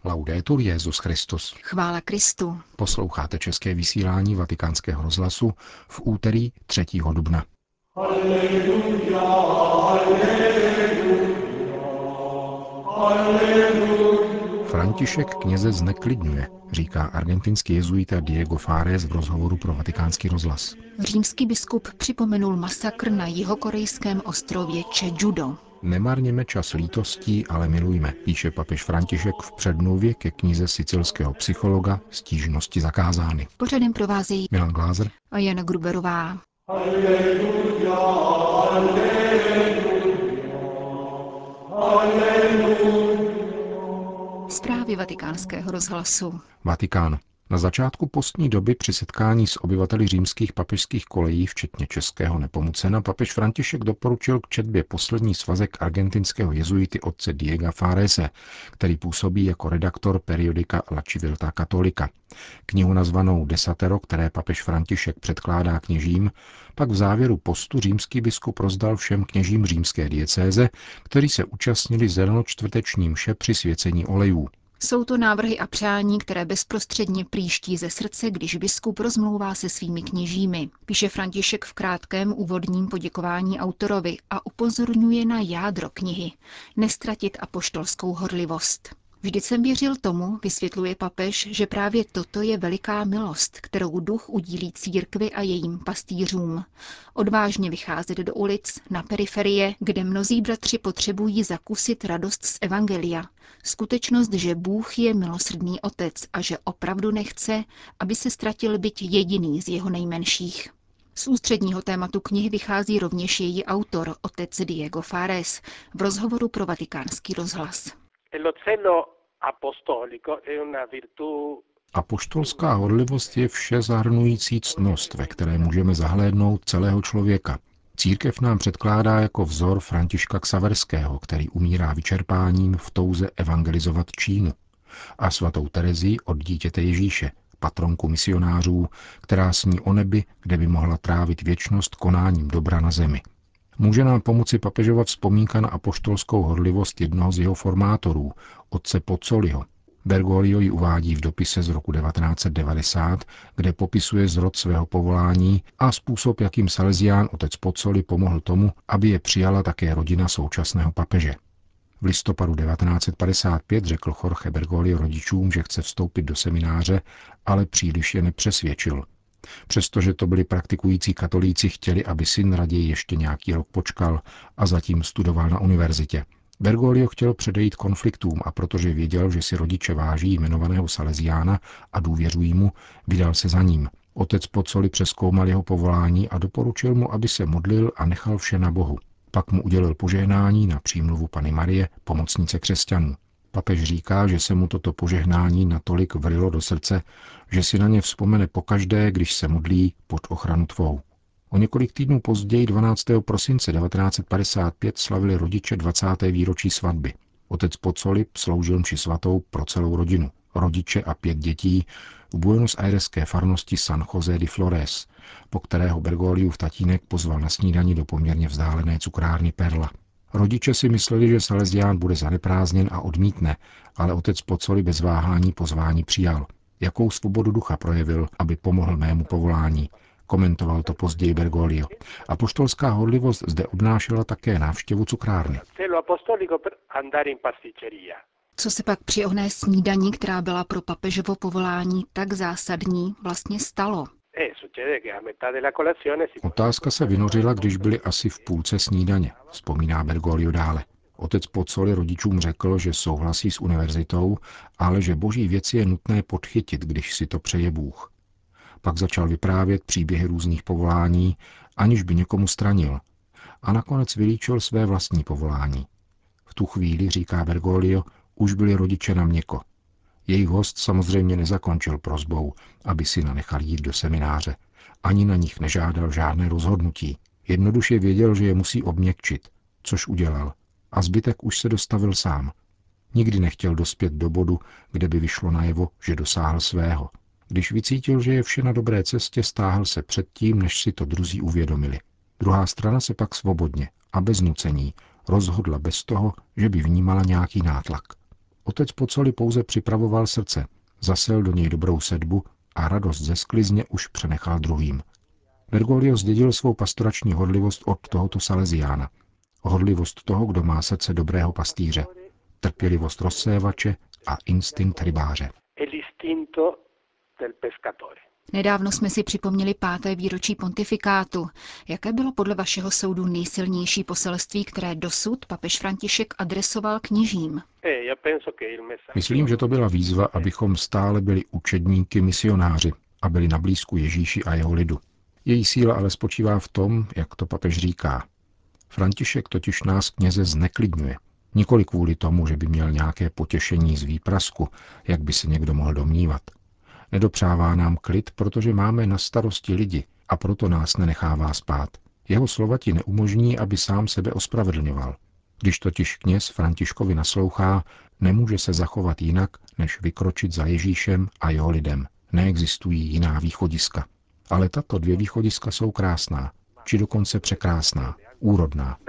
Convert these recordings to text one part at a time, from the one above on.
Laudetur Jesus Christus. Chvála Kristu. Posloucháte české vysílání Vatikánského rozhlasu v úterý 3. dubna. Alleluja, alleluja, alleluja. František kněze zneklidňuje, říká argentinský jezuita Diego Fares v rozhovoru pro Vatikánský rozhlas. Římský biskup připomenul masakr na jihokorejském ostrově Čedžudo. Nemarněme čas lítostí, ale milujme, píše papež František v předmluvě ke knize sicilského psychologa Stížnosti zakázány. Pořadem provázejí Milan Glázer a Jana Gruberová. Alleluja, alleluja, alleluja. Zprávy Vatikánského rozhlasu. Vatikán. Na začátku postní doby při setkání s obyvateli římských papežských kolejí, včetně českého Nepomucena, papež František doporučil k četbě poslední svazek argentinského jezuity otce Diega Farese, který působí jako redaktor periodika La Civiltà Cattolica. Knihu nazvanou Desatero, které papež František předkládá kněžím, pak v závěru postu římský biskup rozdal všem kněžím římské diecéze, kteří se účastnili zelenočtvrteční mše při svěcení olejů. Jsou to návrhy a přání, které bezprostředně příští ze srdce, když biskup rozmlouvá se svými kněžími. Píše František v krátkém úvodním poděkování autorovi a upozorňuje na jádro knihy – nestratit apoštolskou horlivost. Vždyť jsem věřil tomu, vysvětluje papež, že právě toto je veliká milost, kterou duch udílí církvi a jejím pastýřům. Odvážně vycházet do ulic, na periferie, kde mnozí bratři potřebují zakusit radost z evangelia. Skutečnost, že Bůh je milosrdný otec a že opravdu nechce, aby se ztratil byť jediný z jeho nejmenších. Z ústředního tématu knihy vychází rovněž její autor, otec Diego Fares, v rozhovoru pro Vatikánský rozhlas. Apoštolská horlivost je vše zahrnující ctnost, ve které můžeme zahlédnout celého člověka. Církev nám předkládá jako vzor Františka Xaverského, který umírá vyčerpáním v touze evangelizovat Čínu. A svatou Terezii od dítěte Ježíše, patronku misionářů, která sní o nebi, kde by mohla trávit věčnost konáním dobra na zemi. Může nám pomoci papežova vzpomínka na apoštolskou horlivost jednoho z jeho formátorů, otce Pozzoliho. Bergoglio ji uvádí v dopise z roku 1990, kde popisuje zrod svého povolání a způsob, jakým Salesián otec Pozzoli pomohl tomu, aby je přijala také rodina současného papeže. V listopadu 1955 řekl Jorge Bergoglio rodičům, že chce vstoupit do semináře, ale příliš je nepřesvědčil. Přestože to byli praktikující katolíci, chtěli, aby syn raději ještě nějaký rok počkal a zatím studoval na univerzitě. Bergoglio chtěl předejít konfliktům a protože věděl, že si rodiče váží jmenovaného Salesiána a důvěřují mu, vydal se za ním. Otec Pozzoli přezkoumal jeho povolání a doporučil mu, aby se modlil a nechal vše na Bohu. Pak mu udělil požehnání na přímluvu Panny Marie, pomocnice křesťanů. Papež říká, že se mu toto požehnání natolik vrylo do srdce, že si na ně vzpomene pokaždé, když se modlí pod ochranu tvou. O několik týdnů později, 12. prosince 1955, slavili rodiče 20. výročí svatby. Otec Pozzoli sloužil mši svatou pro celou rodinu, rodiče a 5 dětí v Buenos Aireské farnosti San José de Flores, po kterého Bergogliův tatínek pozval na snídani do poměrně vzdálené cukrárny Perla. Rodiče si mysleli, že Salesián bude zaneprázdněn a odmítne, ale otec Pozzoli bez váhání pozvání přijal. Jakou svobodu ducha projevil, aby pomohl mému povolání, komentoval to později Bergoglio. Apoštolská horlivost zde obnášela také návštěvu cukrárny. Co se pak při oné snídani, která byla pro papežovo povolání tak zásadní, vlastně stalo? Otázka se vynořila, když byli asi v půlce snídaně, vzpomíná Bergoglio dále. Otec Pozzoli rodičům řekl, že souhlasí s univerzitou, ale že boží věci je nutné podchytit, když si to přeje Bůh. Pak začal vyprávět příběhy různých povolání, aniž by někomu stranil. A nakonec vylíčil své vlastní povolání. V tu chvíli, říká Bergoglio, už byli rodiče na měko. Jejich host samozřejmě nezakončil prosbou, aby syna nechal jít do semináře. Ani na nich nežádal žádné rozhodnutí. Jednoduše věděl, že je musí obměkčit, což udělal. A zbytek už se dostavil sám. Nikdy nechtěl dospět do bodu, kde by vyšlo najevo, že dosáhl svého. Když vycítil, že je vše na dobré cestě, stáhl se předtím, než si to druzí uvědomili. Druhá strana se pak svobodně a bez nucení rozhodla bez toho, že by vnímala nějaký nátlak. Otec Pocoli pouze připravoval srdce, zasel do něj dobrou sedbu a radost ze sklizně už přenechal druhým. Bergoglio zdědil svou pastorační horlivost od tohoto Salesiána. Horlivost toho, kdo má srdce dobrého pastýře, trpělivost rozsévače a instinkt rybáře. Nedávno jsme si připomněli 5. výročí pontifikátu. Jaké bylo podle vašeho soudu nejsilnější poselství, které dosud papež František adresoval kněžím? Myslím, že to byla výzva, abychom stále byli učedníky misionáři a byli na blízku Ježíši a jeho lidu. Její síla ale spočívá v tom, jak to papež říká. František totiž nás kněze zneklidňuje. Nikoli kvůli tomu, že by měl nějaké potěšení z výprasku, jak by se někdo mohl domnívat. Nedopřává nám klid, protože máme na starosti lidi a proto nás nenechává spát. Jeho slova ti neumožní, aby sám sebe ospravedlňoval. Když totiž kněz Františkovi naslouchá, nemůže se zachovat jinak, než vykročit za Ježíšem a jeho lidem. Neexistují jiná východiska. Ale tato 2 východiska jsou krásná, či dokonce překrásná, úrodná.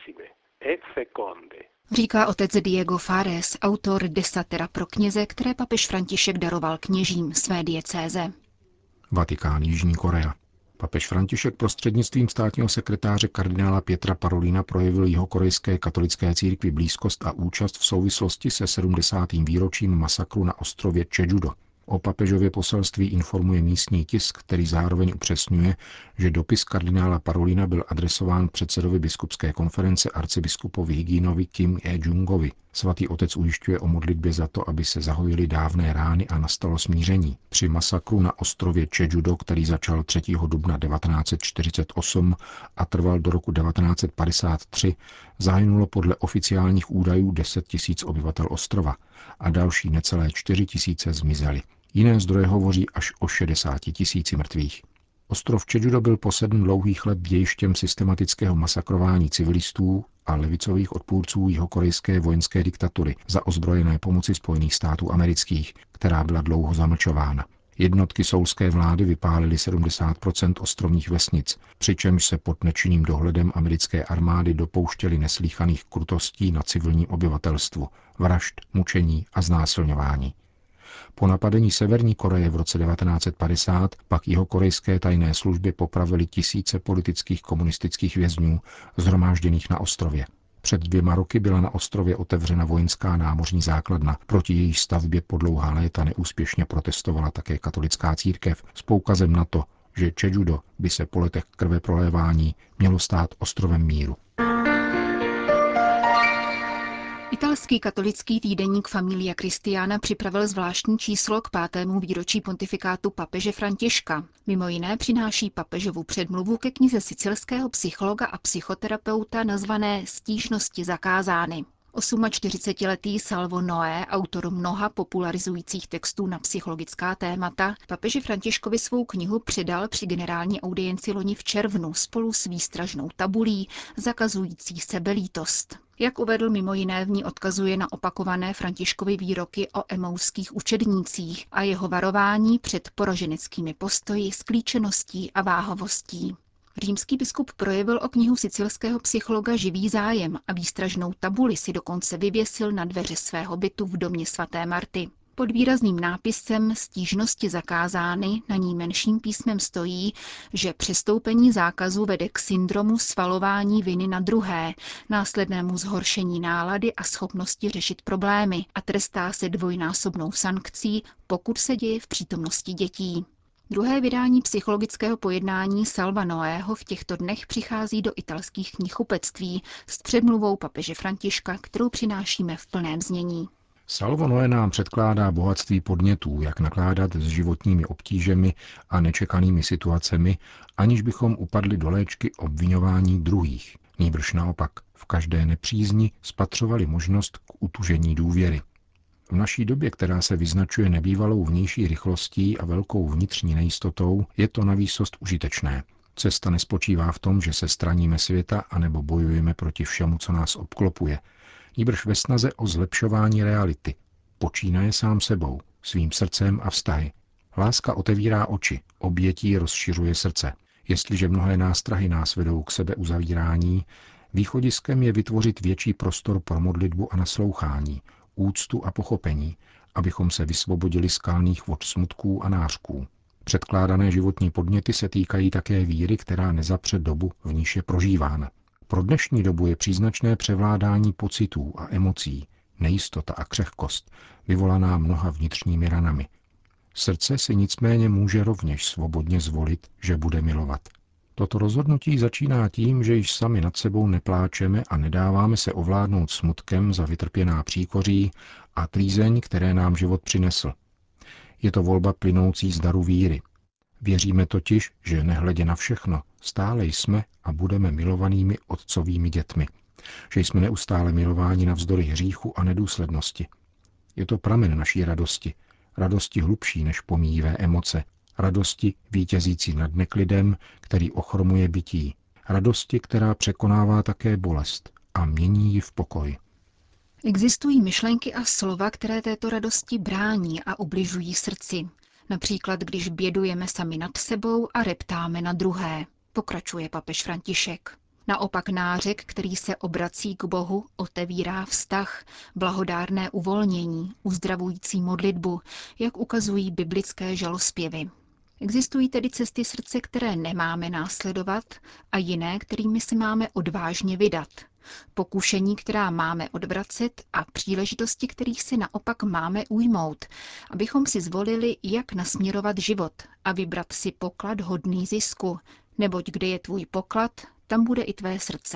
Říká otec Diego Fares, autor desatera pro kněze, které papež František daroval kněžím své diecéze. Vatikán, Jižní Korea. Papež František prostřednictvím státního sekretáře kardinála Pietra Parolina projevil jihokorejské katolické církvi blízkost a účast v souvislosti se 70. výročím masakru na ostrově Čeďudo. O papežově poselství informuje místní tisk, který zároveň upřesňuje, že dopis kardinála Parolina byl adresován předsedovi biskupské konference arcibiskupovi Higinovi Kim Je-jungovi. Svatý otec ujišťuje o modlitbě za to, aby se zahojily dávné rány a nastalo smíření. Při masakru na ostrově Čeďudo, který začal 3. dubna 1948 a trval do roku 1953, zahynulo podle oficiálních údajů 10 000 obyvatel ostrova a další necelé 4 000 zmizeli. Jiné zdroje hovoří až o 60 000 mrtvých. Ostrov Čeďudo byl po 7 dlouhých let dějištěm systematického masakrování civilistů a levicových odpůrců jihokorejské vojenské diktatury za ozbrojené pomoci Spojených států amerických, která byla dlouho zamlčována. Jednotky soulské vlády vypálily 70% ostrovních vesnic, přičemž se pod nečinným dohledem americké armády dopouštěly neslýchaných krutostí na civilním obyvatelstvu, vražd, mučení a znásilňování. Po napadení Severní Koreje v roce 1950 pak jihokorejské tajné služby popravily tisíce politických komunistických vězňů shromážděných na ostrově. Před 2 roky byla na ostrově otevřena vojenská námořní základna. Proti její stavbě po dlouhá léta neúspěšně protestovala také katolická církev s poukazem na to, že Čeďudo by se po letech krveprolévání mělo stát ostrovem míru. Italský katolický týdeník Familia Cristiana připravil zvláštní číslo k 5. výročí pontifikátu papeže Františka. Mimo jiné přináší papežovu předmluvu ke knize sicilského psychologa a psychoterapeuta nazvané Stížnosti zakázány. 48letý Salvo Noé, autor mnoha popularizujících textů na psychologická témata, papeži Františkovi svou knihu předal při generální audienci loni v červnu spolu s výstražnou tabulí zakazující sebelítost. Jak uvedl, mimo jiné v ní odkazuje na opakované Františkovy výroky o emauských učednících a jeho varování před poraženeckými postoji, sklíčeností a váhavostí. Římský biskup projevil o knihu sicilského psychologa živý zájem a výstražnou tabuli si dokonce vyvěsil na dveře svého bytu v domě svaté Marty. Pod výrazným nápisem Stížnosti zakázány na ní menším písmem stojí, že přestoupení zákazu vede k syndromu svalování viny na druhé, následnému zhoršení nálady a schopnosti řešit problémy a trestá se dvojnásobnou sankcí, pokud se děje v přítomnosti dětí. Druhé vydání psychologického pojednání Salva Noého v těchto dnech přichází do italských knihkupectví s předmluvou papeže Františka, kterou přinášíme v plném znění. Salvo Noé nám předkládá bohatství podnětů, jak nakládat s životními obtížemi a nečekanými situacemi, aniž bychom upadli do léčky obviňování druhých. Nýbrž naopak, v každé nepřízni spatřovali možnost k utužení důvěry. V naší době, která se vyznačuje nebývalou vnější rychlostí a velkou vnitřní nejistotou, je to navýsost užitečné. Cesta nespočívá v tom, že se straníme světa anebo bojujeme proti všemu, co nás obklopuje, nýbrž ve snaze o zlepšování reality. Počínaje sám sebou, svým srdcem a vztahy. Láska otevírá oči, obětí rozšiřuje srdce. Jestliže mnohé nástrahy nás vedou k sebeuzavírání, východiskem je vytvořit větší prostor pro modlitbu a naslouchání, úctu a pochopení, abychom se vysvobodili z kalných vod smutků a nářků. Předkládané životní podněty se týkají také víry, která nezapře dobu, v níž je prožívána. Pro dnešní dobu je příznačné převládání pocitů a emocí, nejistota a křehkost, vyvolaná mnoha vnitřními ranami. Srdce si nicméně může rovněž svobodně zvolit, že bude milovat. Toto rozhodnutí začíná tím, že již sami nad sebou nepláčeme a nedáváme se ovládnout smutkem za vytrpěná příkoří a trýzeň, které nám život přinesl. Je to volba plynoucí z daru víry. Věříme totiž, že nehledě na všechno, stále jsme a budeme milovanými otcovými dětmi. Že jsme neustále milováni navzdory hříchu a nedůslednosti. Je to pramen naší radosti. Radosti hlubší než pomíjivé emoce. Radosti vítězící nad neklidem, který ochromuje bytí. Radosti, která překonává také bolest a mění ji v pokoj. Existují myšlenky a slova, které této radosti brání a ubližují srdci. Například, když bědujeme sami nad sebou a reptáme na druhé, pokračuje papež František. Naopak nářek, který se obrací k Bohu, otevírá vztah, blahodárné uvolnění, uzdravující modlitbu, jak ukazují biblické žalospěvy. Existují tedy cesty srdce, které nemáme následovat, a jiné, kterými se máme odvážně vydat. Pokušení, která máme odvracet, a příležitosti, kterých si naopak máme ujmout, abychom si zvolili, jak nasměrovat život a vybrat si poklad hodný zisku, neboť kde je tvůj poklad, tam bude i tvé srdce.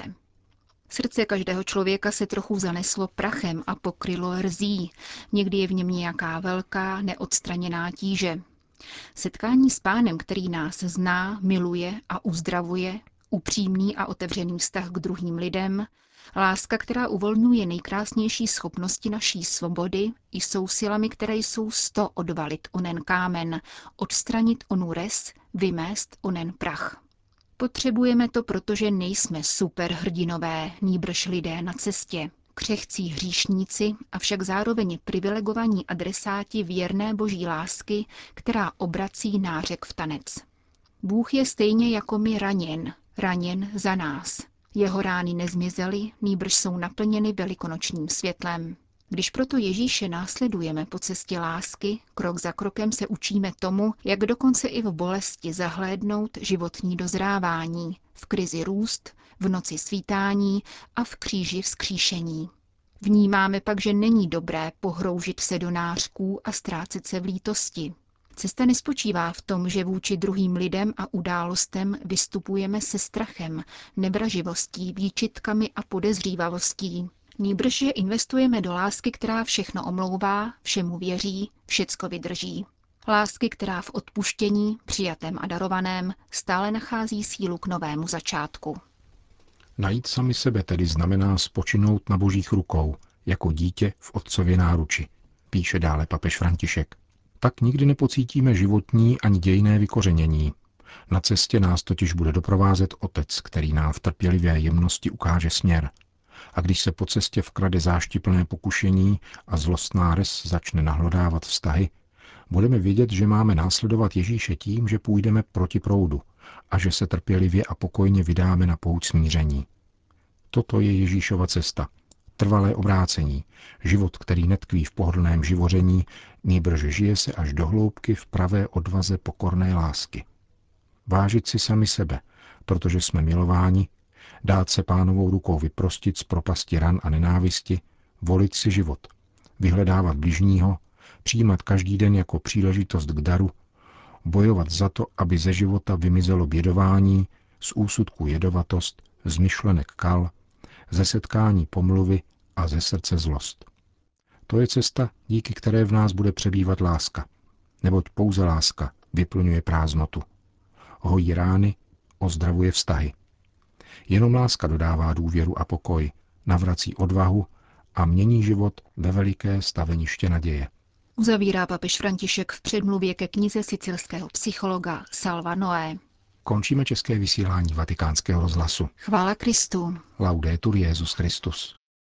Srdce každého člověka se trochu zaneslo prachem a pokrylo rzí, někdy je v něm nějaká velká, neodstraněná tíže. Setkání s Pánem, který nás zná, miluje a uzdravuje, upřímný a otevřený vztah k druhým lidem, láska, která uvolňuje nejkrásnější schopnosti naší svobody, jsou silami, které jsou 100 odvalit onen kámen, odstranit onu res, vymést onen prach. Potřebujeme to, protože nejsme superhrdinové, nýbrž lidé na cestě, křehcí hříšníci, avšak zároveň privilegovaní adresáti věrné boží lásky, která obrací nářek v tanec. Bůh je stejně jako my raněn za nás. Jeho rány nezmizely, nýbrž jsou naplněny velikonočním světlem. Když proto Ježíše následujeme po cestě lásky, krok za krokem se učíme tomu, jak dokonce i v bolesti zahlédnout životní dozrávání, v krizi růst, v noci svítání a v kříži vzkříšení. Vnímáme pak, že není dobré pohroužit se do nářků a ztrácet se v lítosti. Cesta nespočívá v tom, že vůči druhým lidem a událostem vystupujeme se strachem, nevraživostí, výčitkami a podezřívavostí. Nýbrž je investujeme do lásky, která všechno omlouvá, všemu věří, všecko vydrží. Lásky, která v odpuštění, přijatém a darovaném, stále nachází sílu k novému začátku. Najít sami sebe tedy znamená spočinout na božích rukou, jako dítě v otcově náruči, píše dále papež František. Tak nikdy nepocítíme životní ani dějinné vykořenění. Na cestě nás totiž bude doprovázet Otec, který nám v trpělivé jemnosti ukáže směr. A když se po cestě vkrade záštiplné pokušení a zlostná res začne nahlodávat vztahy, budeme vědět, že máme následovat Ježíše tím, že půjdeme proti proudu a že se trpělivě a pokojně vydáme na pouť smíření. Toto je Ježíšova cesta. Trvalé obrácení, život, který netkví v pohodlném živoření, nýbrž žije se až do hloubky v pravé odvaze pokorné lásky. Vážit si sami sebe, protože jsme milováni, dát se Pánovou rukou vyprostit z propasti ran a nenávisti, volit si život, vyhledávat bližního, přijímat každý den jako příležitost k daru, bojovat za to, aby ze života vymizelo bědování, z úsudku jedovatost, z myšlenek kal, ze setkání pomluvy a ze srdce zlost. To je cesta, díky které v nás bude přebývat láska, neboť pouze láska vyplňuje prázdnotu. Hojí rány, ozdravuje vztahy. Jenom láska dodává důvěru a pokoj, navrací odvahu a mění život ve veliké staveniště naděje. Uzavírá papež František v předmluvě ke knize sicilského psychologa Salva Noé. Končíme české vysílání Vatikánského rozhlasu. Chvála Kristu. Laudetur Jesus Christus.